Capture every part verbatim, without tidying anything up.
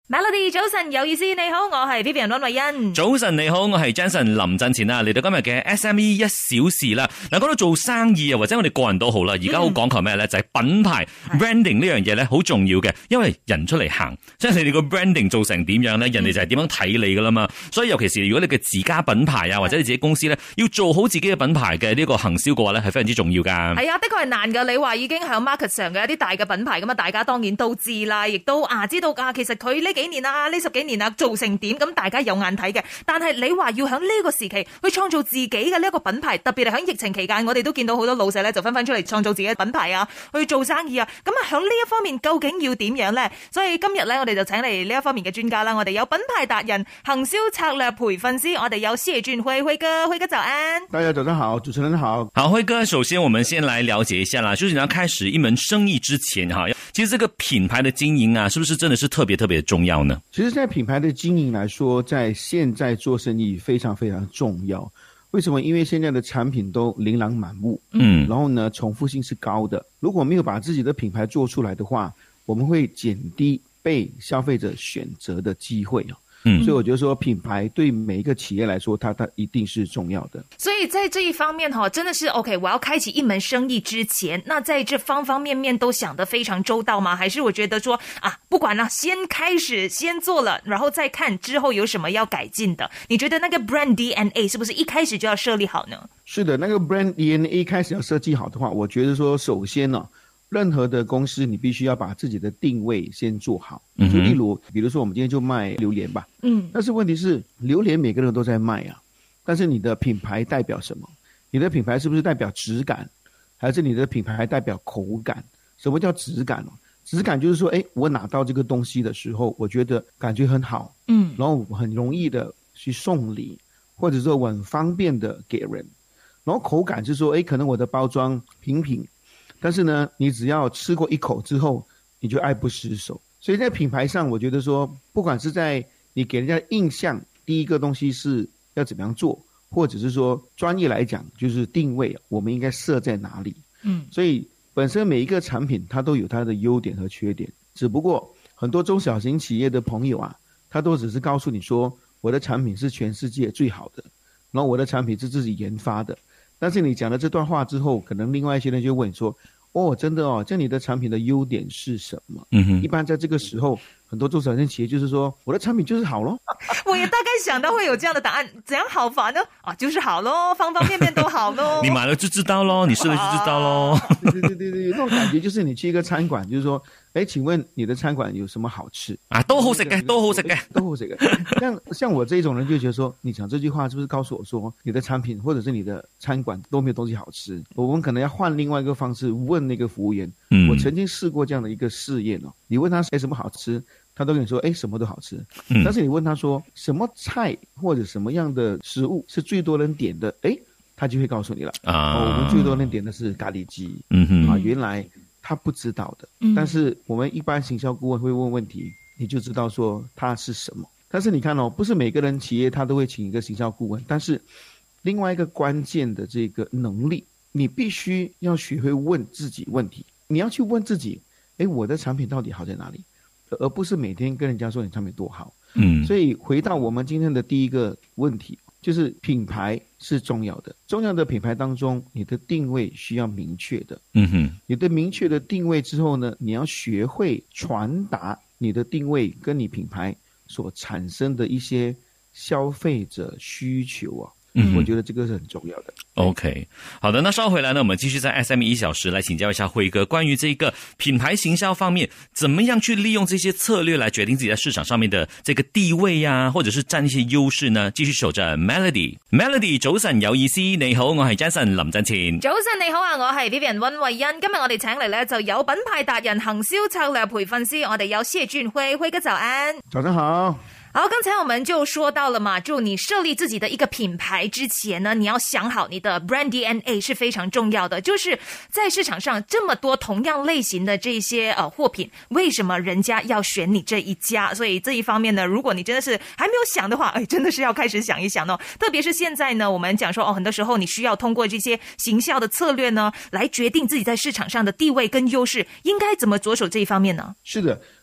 Melody 早晨有意思，你好，我係 Vivian 溫慧欣。 早晨你好，我係 Jason 林振前啊，嚟到今日嘅 S M E 一小時啦。嗱，講到做生意啊，或者我哋個人都好啦，而家好講求咩咧？就係、是、品牌 branding 呢樣嘢咧，好重要嘅，因為人出嚟行，即係你哋個 branding 做成點樣咧，人哋就係點樣睇你噶啦嘛。所以尤其是如果你嘅自家品牌啊，或者你自己公司咧，要做好自己嘅品牌嘅呢個行銷嘅話咧，係非常之重要噶。 係啊，的確係難噶。你話已經喺 market 上嘅一啲大嘅品牌咁啊，大家當然都知啦，亦都啊知道啊，其實佢呢幾年啊，呢十幾年啊，做成點咁，大家有眼睇嘅。但係你話要喺呢個時期去創造自己嘅呢一個品牌，特別係喺疫情期間，我哋都見到好多老細咧就紛紛出嚟創造自己嘅品牌啊，去做生意啊。咁啊，喺呢一方面究竟要點樣咧？所以今日咧，我哋就請嚟呢一方面嘅專家啦。我哋有品牌達人、行銷策略培訓師，我哋有謝俊輝輝哥，輝哥早安。 大家早上好，主持人好。 好，輝哥，首先我們先來了解一下啦，就是你要開始一門生意之前哈，其實這個品牌的經營啊，是不是真的是特別特別重要呢？ 其實，在品牌的經營來說，在現在做生意非常非常重要。為什麼？因為現在的產品都琳琅滿目，嗯，然後呢，重複性是高的。如果沒有把自己的品牌做出來的話，我們會減低被消費者選擇的機會啊。嗯，所以我覺得說品牌對每一個企業來說，它它一定是重要的。 所以在這一方面哈，真的是 OK。我要開啟一門生意之前，那在這方方面面都想得非常周到嗎？還是我覺得說啊，不管啦，先開始先做了，然後再看之後有什麼要改進的？你覺得那個 brand D N A 是不是一開始就要設立好呢？ 是的，那個 brand D N A 開始要設計好的話，我覺得說首先呢，任何的公司，你必須要把自己的定位先做好。嗯，就例如，比如說我們今天就賣榴蓮吧。嗯，但是問題是，榴蓮每個人都在賣啊，但是你的品牌代表什麼？你的品牌是不是代表質感，還是你的品牌代表口感？什麼叫質感呢？質感就是說，誒，我拿到這個東西的時候，我覺得感覺很好。嗯，然後很容易的去送禮，或者說我很方便的給人。然後口感就是說，誒，可能我的包裝平平。但是呢，你只要吃過一口之後，你就愛不釋手。所以在品牌上，我覺得說，不管是在你給人家的印象，第一個東西是要怎麼樣做，或者是說專業來講，就是定位，我們應該設在哪裡。嗯，所以本身每一個產品它都有它的優點和缺點，只不過很多中小型企業的朋友啊，他都只是告訴你說，我的產品是全世界最好的，然後我的產品是自己研發的。但是你講了這段話之後，可能另外一些人就問你說，哦，真的哦，這你的產品的優點是什麼？嗯哼，一般在這個時候，很多中小型企業就是說，我的產品就是好咯。 我也大概想到會有這樣的答案，怎樣好法呢？啊，就是好咯，方方面面都好咯。 你買了就知道咯，你試了就知道咯。 對對對對，那種感覺就是你去一個餐館，就是說，誒，請問你的餐館有什麼好吃？ 啊，都好食嘅，都好食嘅， 都好食嘅。像像我這種人就覺得說，你講這句話是不是告訴我說，你的產品或者是你的餐館都沒有東西好吃？我們可能要換另外一個方式問那個服務員。嗯，我曾經試過這樣的一個試驗哦，你問他誒什麼好吃，他都跟你說誒什麼都好吃。嗯，但是你問他說什麼菜或者什麼樣的食物是最多人點的，誒他就會告訴你了啊，哦，我們最多人點的是咖喱雞。嗯哼，啊，原來他不知道的。嗯，但是我們一般行銷顧問會問問題，你就知道說它是什麼。但是你看哦，不是每個人企業他都會請一個行銷顧問，但是另外一個關鍵的這個能力，你必須要學會問自己問題。你要去問自己，誒，我的產品到底好在哪裡，而不是每天跟人家說你產品多好。嗯，所以回到我們今天的第一個問題，就是品牌是重要的。重要的品牌當中，你的定位需要明確的。嗯哼，你的明確的定位之後呢，你要學會傳達你的定位跟你品牌所產生的一些消費者需求啊。嗯，我覺得這個是很重要的。 OK， 好的，那稍後回來呢，我們繼續在 S M E 一小時來請教一下輝哥，關於這個品牌行銷方面，怎麼樣去利用這些策略來決定自己在市場上面的這個地位呀，啊，或者是佔一些優勢呢？繼續守着 Melody，Melody 早晨有意思，你好，我係 Jason 林振前。早晨你好啊，我係 Vivian 溫慧欣。今日我哋請嚟呢就有品牌達人、行銷策略培訓師，我哋有謝俊輝，輝哥早安。 早上好。 好，剛才我們就說到了嘛，就你設立自己的一個品牌之前呢，你要想好你的 brand D N A 是非常重要的。就是在市場上這麼多同樣類型的這些呃貨品，為什麼人家要選你這一家？所以這一方面呢，如果你真的是還沒有想的話，哎，真的是要開始想一想哦。特別是現在呢，我們講說哦，很多時候你需要通過這些行銷的策略呢，來決定自己在市場上的地位跟優勢，應該怎麼着手這一方面呢？ 是的。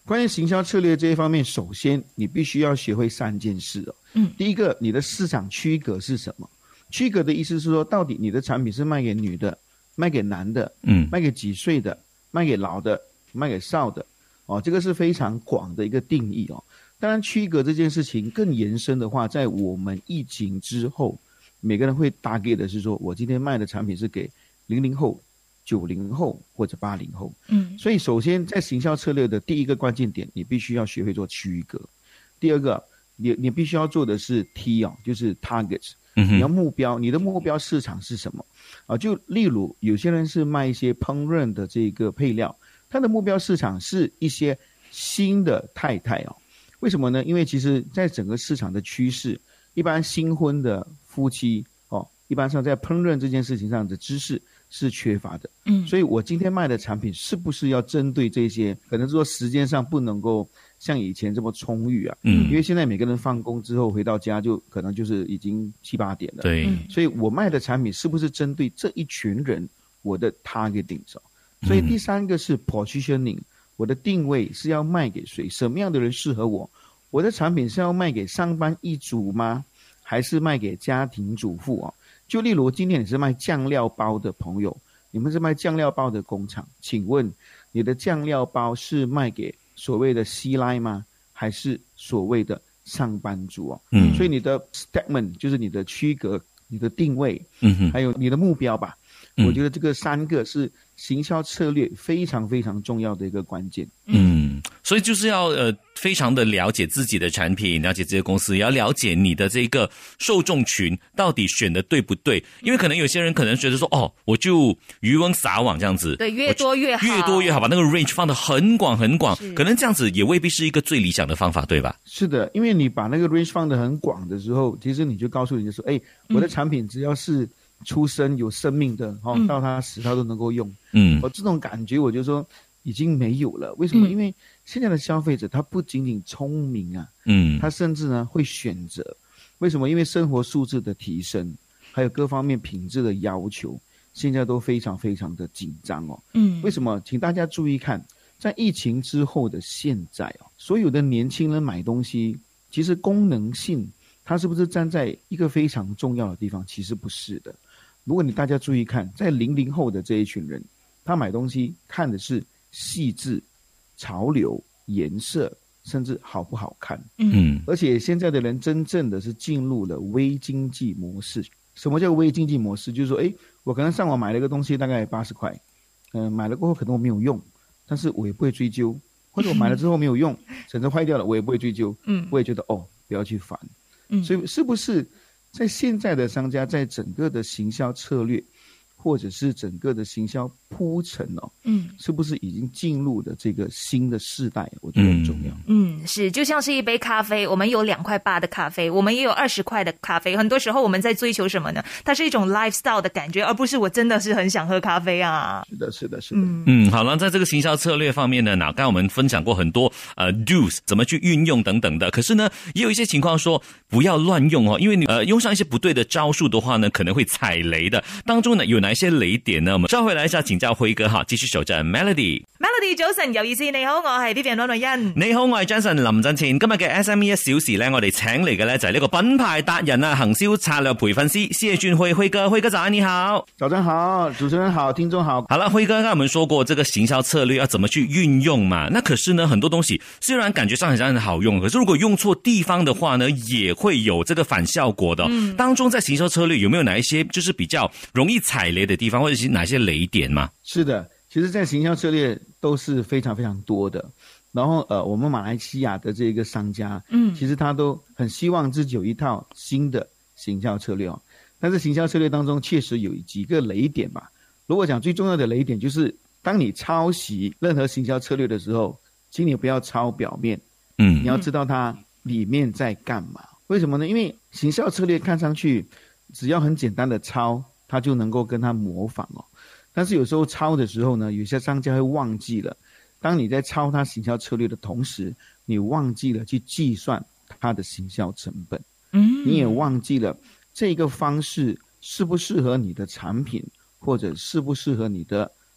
关于行销策略这一方面，首先你必须要学会三件事哦。嗯，第一个，你的市场区隔是什么？区隔的意思是说，到底你的产品是卖给女的，卖给男的，嗯，卖给几岁的，卖给老的，卖给少的，哦，这个是非常广的一个定义哦。当然，区隔这件事情更延伸的话，在我们疫情之后，每个人会target的是说，我今天卖的产品是给零零后、九零后或者八零后。嗯，所以首先在行销策略的第一个关键点，你必须要学会做区隔。第二个，你你必须要做的是 T 哦，就是 targets。你要目标，你的目标市场是什么啊？就例如有些人是卖一些烹饪的这个配料，他的目标市场是一些新的太太哦。为什么呢？因为其实在整个市场的趋势，一般新婚的夫妻哦，一般上在烹饪这件事情上的知识是缺乏的。嗯，所以我今天卖的产品是不是要针对这些，可能说时间上不能够像以前这么充裕啊？嗯，因为现在每个人放工之后回到家就可能就是已经七八点了。 对， 所以我卖的产品是不是针对这一群人，我的 targeting 哦。所以第三个是 positioning。我的定位是要卖给谁？什么样的人适合我？我的产品是要卖给上班一族吗？还是卖给家庭主妇哦？就例如今天你是卖酱料包的朋友，你们是卖酱料包的工厂，请问你的酱料包是卖给所谓的西来吗？还是所谓的上班族哦？嗯，所以你的 statement 就是你的区隔、你的定位，嗯，还有你的目标吧。我觉得这个三个是行销策略非常非常重要的一个关键。 嗯，所以就是要呃非常的了解自己的产品，了解这些公司，也要了解你的这个受众群到底选的对不对。因为可能有些人可能觉得说，哦，我就渔翁撒网这样子， 对，越多越好， 越多越好，把那个 range 放得很广很广，可能这样子也未必是一个最理想的方法，对吧？ 是的，因为你把那个 range 放得很广的时候，其实你就告诉人家说，哎，我的产品只要是出生有生命的哦，到他死他都能够用。嗯，我这种感觉我就说已经没有了。为什么？嗯，因为现在的消费者他不仅仅聪明啊，嗯，他甚至呢会选择。为什么？因为生活素质的提升，还有各方面品质的要求，现在都非常非常的紧张哦。嗯，为什么？请大家注意看，在疫情之后的现在哦，所有的年轻人买东西，其实功能性它是不是站在一个非常重要的地方？其实不是的。如果你大家注意看，在零零后的这一群人，他买东西看的是细致、潮流、颜色，甚至好不好看。嗯，而且现在的人真正的是进入了微经济模式。什么叫微经济模式？就是说，哎，我可能上网买了一个东西，大概八十块，嗯、呃，买了过后可能我没有用，但是我也不会追究，或者我买了之后没有用，甚至坏掉了，我也不会追究。嗯，我也觉得哦，不要去烦。嗯，所以是不是？在现在的商家，在整个的行销策略，或者是整个的行销铺陈哦，嗯，是不是已经进入了这个新的世代？我觉得很重要。 嗯，嗯是，就像是一杯咖啡，我们有两块八的咖啡，我们也有二十块的咖啡。很多时候我们在追求什么呢？它是一种 lifestyle 的感觉，而不是我真的是很想喝咖啡啊。 是的，是的，是的。 嗯，嗯好了，在这个行销策略方面呢，刚才我们分享过很多呃 do's 怎么去运用等等的。可是呢，也有一些情况说不要乱用哦，因为你呃用上一些不对的招数的话呢，可能会踩雷的。当中呢有哪一些雷點呢？我們稍回來一下請教輝哥哈，繼續守着 Melody。Melody 早晨有意思，你好，我係 Vivian 羅麗欣。 你好，我係 Jason 林振前。今日嘅 S M E 一小時咧，我哋請嚟嘅咧就係呢個品牌達人啊，行銷策略培訓師謝俊輝，輝哥，輝哥早安，你好。 早上好，主持人好，聽眾好。 好了，輝哥，剛才我們說過這個行銷策略要怎麼去運用嘛？那可是呢，很多東西雖然感覺上很像很好用，可是如果用錯地方的話呢，也會有這個反效果的。嗯，當中在行銷策略有沒有哪一些就是比較容易踩雷的地方，或者是哪些雷點嘛？ 是的，其實在行銷策略都是非常非常多的。然後呃，我們馬來西亞的這個商家，嗯，其實他都很希望自己有一套新的行銷策略哦。但是行銷策略當中確實有幾個雷點吧。如果講最重要的雷點，就是當你抄襲任何行銷策略的時候，請你不要抄表面，嗯，你要知道它裡面在幹嘛。為什麼呢？因為行銷策略看上去只要很簡單的抄，他就能夠跟他模仿哦。但是有時候抄的時候呢，有些商家會忘記了，當你在抄他行銷策略的同時，你忘記了去計算他的行銷成本，嗯，你也忘記了這個方式適不適合你的產品，或者適不適合你的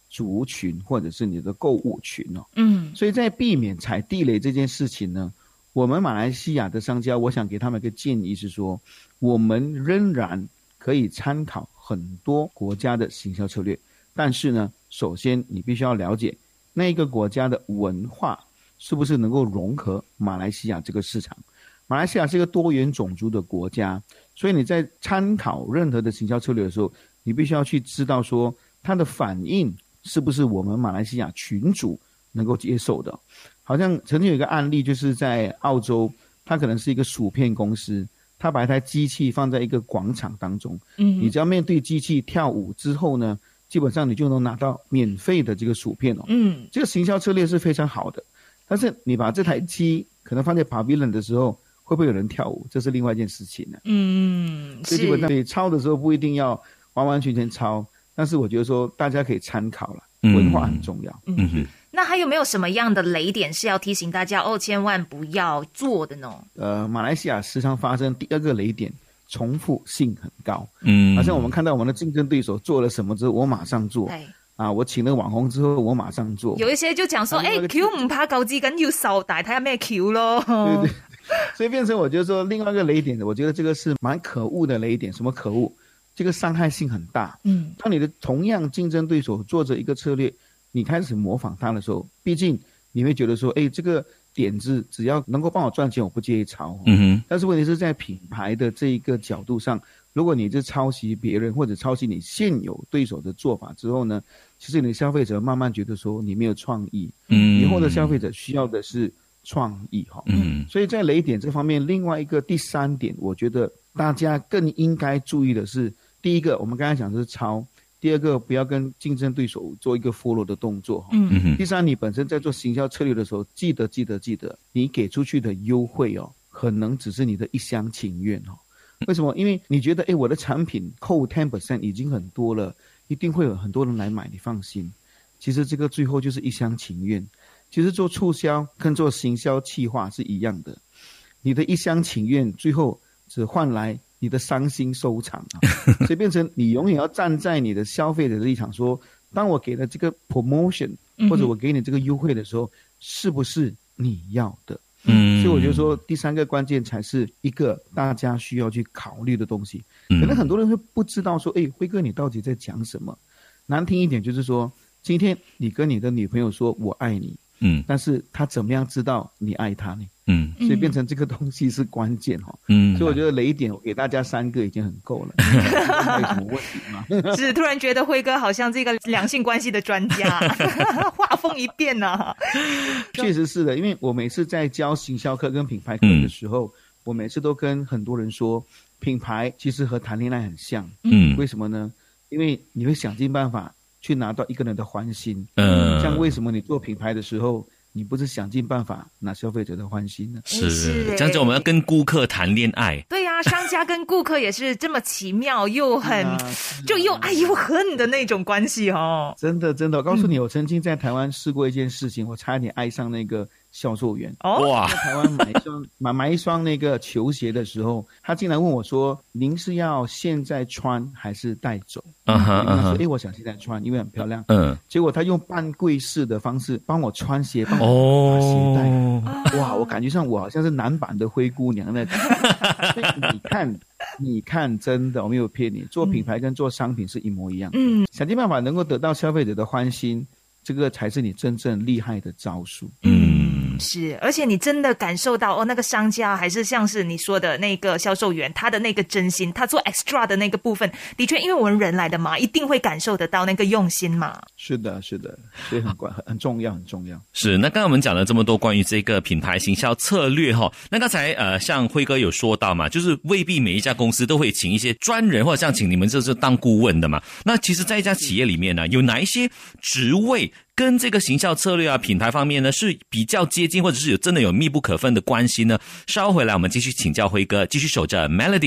族群或者是你的购物群哦。 嗯， 所以在避免踩地雷这件事情呢，我们马来西亚的商家，我想给他们一个建议是说，我们仍然可以参考很多国家的行销策略，但是呢，首先你必须要了解那一个国家的文化是不是能够融合马来西亚这个市场。马来西亚是一个多元种族的国家，所以你在参考任何的行销策略的时候，你必须要去知道说它的反应是不是我们马来西亚群主能够接受的。好像曾经有一个案例，就是在澳洲，它可能是一个薯片公司，它把一台机器放在一个广场当中，嗯，你只要面对机器跳舞之后呢，基本上你就能拿到免费的这个薯片哦。嗯，这个行销策略是非常好的，但是你把这台机可能放在 pavilion 的时候，会不会有人跳舞，这是另外一件事情呢。嗯，所以基本上你抄的时候不一定要完完全全抄，但是我觉得说大家可以参考了，文化很重要。 嗯嗯，那还有没有什么样的雷点是要提醒大家哦，千万不要做的呢？呃， 马来西亚时常发生第二个雷点，重复性很高。嗯，好像我们看到我们的竞争对手做了什么之后，我马上做。啊！我請了網紅之後，我馬上做。 有一些就講說，誒、欸、Q 唔怕夠資緊要瘦，但係睇下咩 Q 咯。 對對，所以變成我覺得說另外一個雷點，我覺得這個是蠻可惡的雷點。什麼可惡？這個傷害性很大。嗯，當你的同樣競爭對手做着一個策略，你開始模仿他的時候，畢竟你會覺得說，誒，這個點子只要能夠幫我賺錢，我不介意抄。嗯哼。但是問題是在品牌的這一個角度上，如果你是抄襲別人或者抄襲你現有對手的做法之後呢，其實你的消費者慢慢覺得說你沒有創意。嗯。以後的消費者需要的是創意哈。嗯。所以在雷點這方面，另外一個第三點，我覺得大家更應該注意的是，第一個我們剛才講的是抄，第二個不要跟競爭對手做一個 follow 的動作。嗯。第三，你本身在做行銷策略的時候，記得記得記得，你給出去的優惠哦，可能只是你的一廂情願哦。為什麼？因為你覺得，誒，我的產品扣 百分之十 已經很多了，一定會有很多人來買，你放心。其實這個最後就是一廂情願。其實做促銷跟做行銷企劃是一樣的，你的一廂情願最後只換來你的傷心收場啊。所以變成你永遠要站在你的消費者的立場說，當我給了這個 promotion 或者我給你這個優惠的時候，是不是你要的？嗯，所以我覺得說第三個關鍵才是一個大家需要去考慮的東西。可能很多人會不知道說，誒，輝哥你到底在講什麼？難聽一點就是說，今天你跟你的女朋友說我愛你，嗯，但是她怎麼樣知道你愛她呢？嗯，所以變成這個東西是關鍵哈。嗯，所以我覺得雷點我給大家三個已經很夠了。沒什麼問題嗎？ 是突然覺得輝哥好像這個兩性關係的專家，畫風一變啊。 確實是的，因為我每次在教行銷課跟品牌課的時候，嗯，我每次都跟很多人說，品牌其實和談戀愛很像。嗯，為什麼呢？因為你會想盡辦法去拿到一個人的歡心。嗯，像為什麼你做品牌的時候，你不是想盡辦法拿消費者的歡心呢？ 是，是這樣子我們要跟顧客談戀愛。 對啊，商家跟顧客也是這麼奇妙又很、啊、就又愛又恨的那種關係哦。 真的真的，我告訴你、嗯、我曾經在台灣試過一件事情，我差一點愛上那個銷售員。哇！在台灣買一雙買買一雙那個球鞋的時候，他竟然問我說：“您是要現在穿還是帶走？”嗯哼，他說：“誒，我想現在穿，因為很漂亮。”嗯，結果他用半跪式的方式幫我穿鞋，幫我把鞋帶。哦、哇！我感覺上我好像是男版的灰姑娘那種。所以你看，你看，真的我沒有騙你，做品牌跟做商品是一模一樣。嗯，想盡辦法能夠得到消費者的歡心，這個才是你真正厲害的招數。 嗯，是，而且你真的感受到哦，那個商家還是像是你說的那個銷售員，他的那個真心，他做 extra 的那個部分，的確，因為我們人來的嘛，一定會感受得到那個用心嘛。 是的，是的，所以很關很重要，很重要。 是，那剛剛我們講了這麼多關於這個品牌行銷策略哈，那剛才呃，像輝哥有說到嘛，就是未必每一家公司都會請一些專人，或者像請你們就是當顧問的嘛。那其實在一家企業裏面呢，有哪一些職位跟這個行銷策略啊、品牌方面呢是比較接近，或者是有真的有密不可分的關係呢？稍後回來我們繼續請教輝哥，繼續守着 Melody。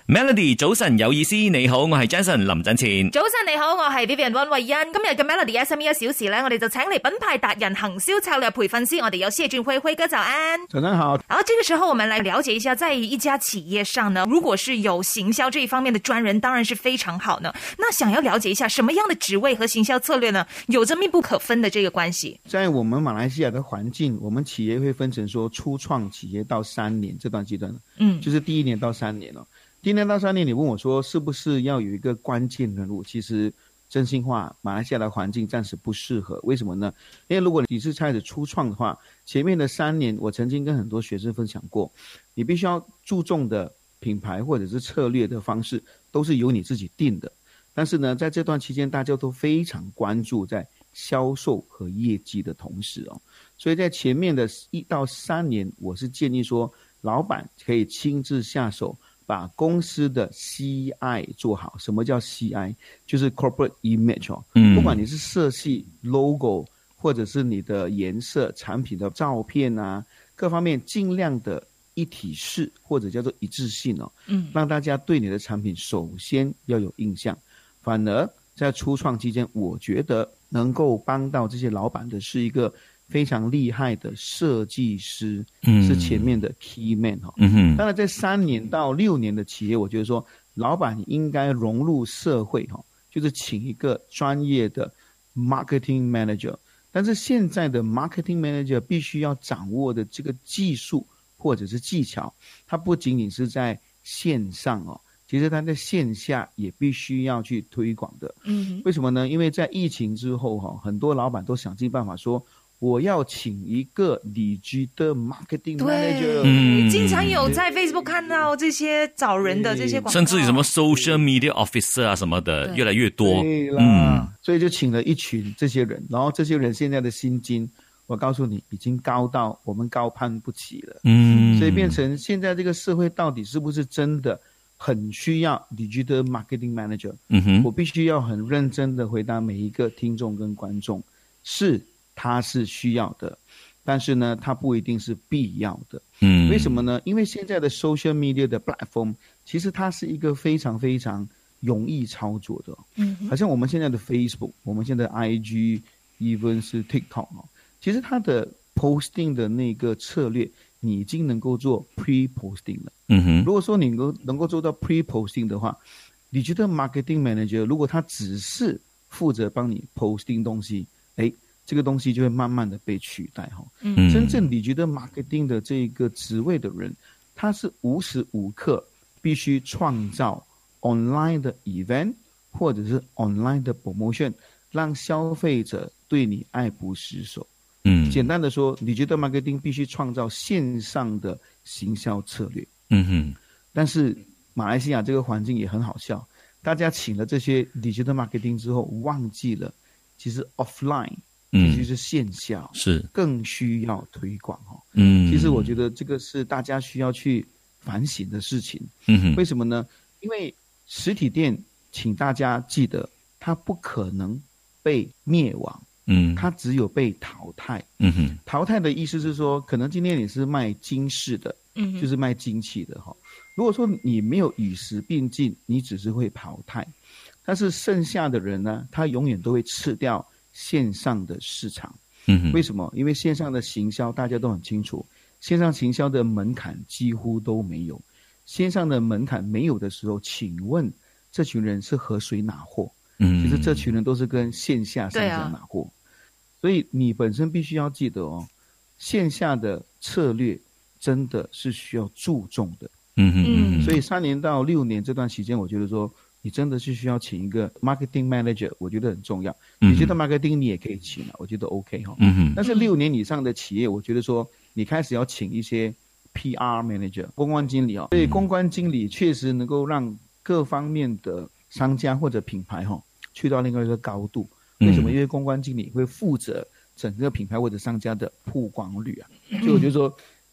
Melody 早晨有意思，你好，我係 Jason 林振前。 早晨你好，我係 Vivian 溫慧欣。今日嘅 Melody S M E 一小時咧，我哋就請嚟品牌達人行銷策略培訓師，我哋有謝俊輝輝哥早安。 早上好。 然後這個時候我們來了解一下，在一家企業上呢，如果是有行銷這一方面的專人，當然是非常好呢。那想要了解一下，什麼樣的職位和行銷策略呢，有着密不可分的這個關係？ 在我們馬來西亞的環境，我們企業會分成說初創企業到三年這段階段，嗯，就是第一年到三年了。第一年到三年，你問我說是不是要有一個關鍵人物？其實真心話，馬來西亞的環境暫時不適合。為什麼呢？因為如果你是開始初創的話，前面的三年，我曾經跟很多學生分享過，你必須要注重的品牌或者是策略的方式，都是由你自己定的。但是呢，在這段期間，大家都非常關注在銷售和業績的同時哦，所以在前面的一到三年，我是建議說，老闆可以親自下手，把公司的 C I 做好。什麼叫 C I？ 就是 corporate image 哦。嗯，不管你是色系 logo， 或者是你的顏色、產品的照片啊，各方面盡量的一體式或者叫做一致性哦。嗯，讓大家對你的產品首先要有印象。反而在初創期間，我覺得能夠幫到這些老闆的是一個非常厲害的設計師，嗯，是前面的 key man 哈。嗯哼。當然，在三年到六年的企業，我覺得說老闆應該融入社會哈，就是請一個專業的 marketing manager。但是現在的 marketing manager 必須要掌握的這個技術或者是技巧，它不僅僅是在線上哦。其實它在線下也必須要去推廣的。嗯，為什麼呢？因為在疫情之後哈，很多老闆都想盡辦法說，我要請一個理智的 marketing manager。 嗯，經常有在 Facebook 看到這些找人的這些廣告， 甚至有什麼 social media officer 啊什麼的越來越多。 對啦，嗯，所以就請了一群這些人，然後這些人現在的薪金，我告訴你已經高到我們高攀不起了。嗯，所以變成現在這個社會到底是不是真的很需要 digital marketing manager？ 嗯哼，我必須要很認真的回答每一個聽眾跟觀眾，是他是需要的，但是呢，他不一定是必要的。嗯，為什麼呢？因為現在的 social media 的 platform 其實它是一個非常非常容易操作的。嗯，好像我們現在的 Facebook， 我們現在的 I G，even 是 TikTok 哦，其實它的 posting 的那個策略，你已經能夠做 pre-posting 了。嗯哼，如果說你能夠能夠做到 pre-posting 的話， digital marketing manager 如果他只是負責幫你 posting 東西，誒，這個東西就會慢慢的被取代哈。嗯，真正 digital marketing 的這個職位的人，他是無時無刻必須創造 online 的 event 或者是 online 的 promotion， 讓消費者對你愛不釋手。嗯，簡單的說 digital marketing 必須創造線上的行銷策略。嗯哼，但是馬來西亞這個環境也很好笑，大家請了這些 digital marketing 之後，忘記了其實 offline，嗯，其實是線下是更需要推廣哈。嗯，其實我覺得這個是大家需要去反省的事情。嗯哼，為什麼呢？因為實體店，請大家記得，它不可能被滅亡。嗯，它只有被淘汰。嗯哼，淘汰的意思是說，可能今天你是賣金飾的，嗯，就是賣金器的哈。如果說你沒有與時並進，你只是會淘汰。但是剩下的人呢，他永遠都會吃掉線上的市場。嗯哼，為什麼？因為線上的行銷大家都很清楚，線上行銷的門檻幾乎都沒有。線上的門檻沒有的時候，請問這群人是和誰拿貨？其實這群人都是跟線下商家拿貨，啊，所以你本身必須要記得哦，線下的策略真的是需要注重的。嗯嗯，所以三年到六年這段期間，我覺得說你真的是需要請一個 marketing manager， 我覺得很重要。你覺得 marketing 你也可以請啊，我覺得 OK 哈。嗯嗯，但是六年以上的企業，我覺得說你開始要請一些 P R manager 公關經理啊，所以公關經理確實能夠讓各方面的商家或者品牌哈，去到另外一個高度。為什麼？因為公關經理會負責整個品牌或者商家的曝光率啊。所以我覺得說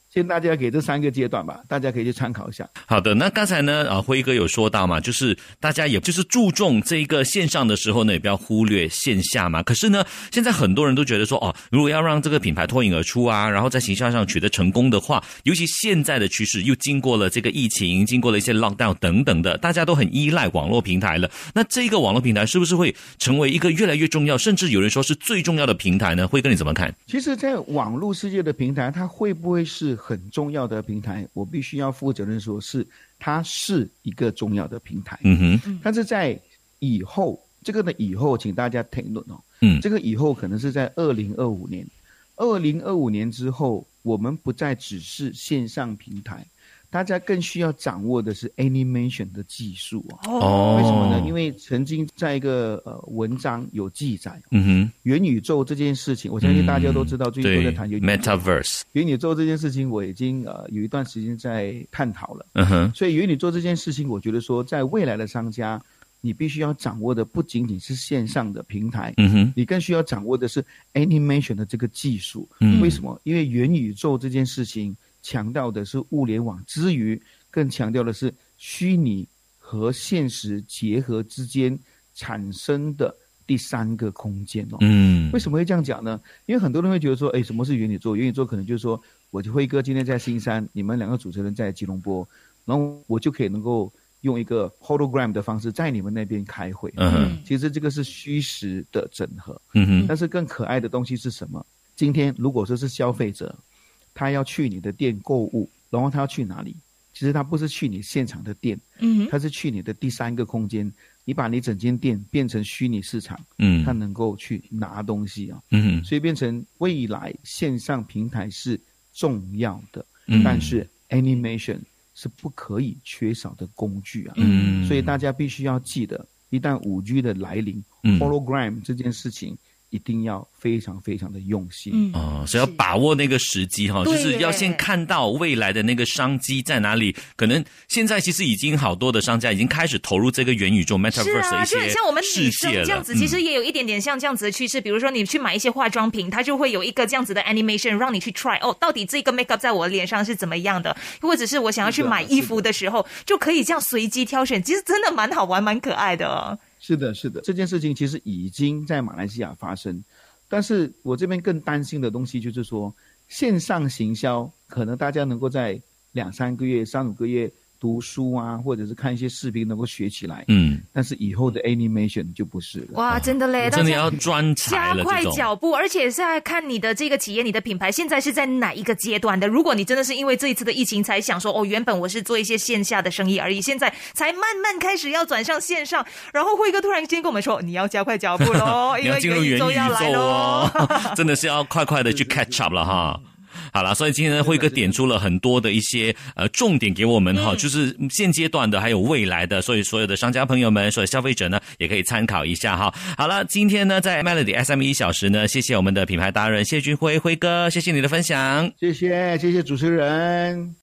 先大家给这三个阶段吧，大家可以去参考一下。 好的，那刚才呢，啊，辉哥有说到嘛，就是大家也就是注重这个线上的时候呢，也不要忽略线下嘛。可是呢，现在很多人都觉得说，哦，如果要让这个品牌脱颖而出啊，然后在形象上取得成功的话，尤其现在的趋势又经过了这个疫情，经过了一些 lockdown 等等的，大家都很依赖网络平台了。那这个网络平台是不是会成为一个越来越重要，甚至有人说是最重要的平台呢？辉哥你怎么看？ 其实，在网络世界的平台，它会不会是很重要的平台？我必须要负责任说是，它是一个重要的平台。 嗯哼， 但是在以后，这个的以后，请大家听论哦。 嗯， 这个以后可能是在二零二五年，二零二五年之后，我们不再只是线上平台。大家更需要掌握的是 animation 的技术哦。 为什么呢？因为曾经在一个呃文章有记载， 嗯哼， 元宇宙这件事情，我相信大家都知道，最近都在谈元宇宙。 Metaverse 元宇宙这件事情，我已经呃有一段时间在探讨了。 嗯哼， 所以元宇宙这件事情，我觉得说，在未来的商家，你必须要掌握的不仅仅是线上的平台， 嗯哼， 你更需要掌握的是 animation 的这个技术。 嗯， 为什么？因为元宇宙这件事情强调的是物联网之余，更强调的是虚拟和现实结合之间产生的第三个空间哦。 嗯， 为什么会这样讲呢？因为很多人会觉得说，哎，什么是元宇宙？元宇宙可能就是说，我辉哥今天在新山，你们两个主持人在吉隆坡，然后我就可以能够用一个 hologram 的方式在你们那边开会。 嗯， 其实这个是虚实的整合。 嗯哼， 但是更可爱的东西是什么？今天如果说是消费者，他要去你的店购物，然后他要去哪里？其实他不是去你现场的店，嗯，他是去你的第三个空间。你把你整间店变成虚拟市场，嗯，他能够去拿东西啊，嗯，所以变成未来线上平台是重要的，嗯，但是 animation 是不可以缺少的工具啊，嗯，所以大家必须要记得，一旦 五 G 的来临，嗯 ，hologram 这件事情一定要非常非常的用心。 嗯，哦，所以要把握那个时机哈，就是要先看到未来的那个商机在哪里。可能现在其实已经好多的商家已经开始投入这个元宇宙 Metaverse 的一些世界了。 是啊，就很像我们女生这样子，其实也有一点点像这样子的趋势。比如说你去买一些化妆品，它就会有一个这样子的 animation 让你去 try 哦，到底这个 makeup 在我脸上是怎么样的，或者是我想要去买衣服的时候，就可以这样随机挑选。其实真的蛮好玩，蛮可爱的。 是的，是的，这件事情其实已经在马来西亚发生。但是我这边更担心的东西就是说，线上行销可能大家能够在两三个月、三五个月读书啊，或者是看一些视频能够学起来，嗯，但是以后的 animation 就不是了。 哇，真的嘞， 真的要专才了， 加快脚步，而且是在看你的这个企业、你的品牌现在是在哪一个阶段的。如果你真的是因为这一次的疫情才想说，哦，原本我是做一些线下的生意而已，现在才慢慢开始要转向线上，然后辉哥突然间跟我们说，你要加快脚步咯，因为元宇宙要来咯， 真的是要快快的去 catch up 了哈。好了，所以今天呢，辉哥点出了很多的一些呃重点给我们哈、嗯，就是现阶段的，还有未来的，所以所有的商家朋友们，所有消费者呢，也可以参考一下哈。好了，今天呢，在 Melody S M E 一小时呢，谢谢我们的品牌达人谢俊辉辉哥，谢谢你的分享， 谢谢谢谢主持人。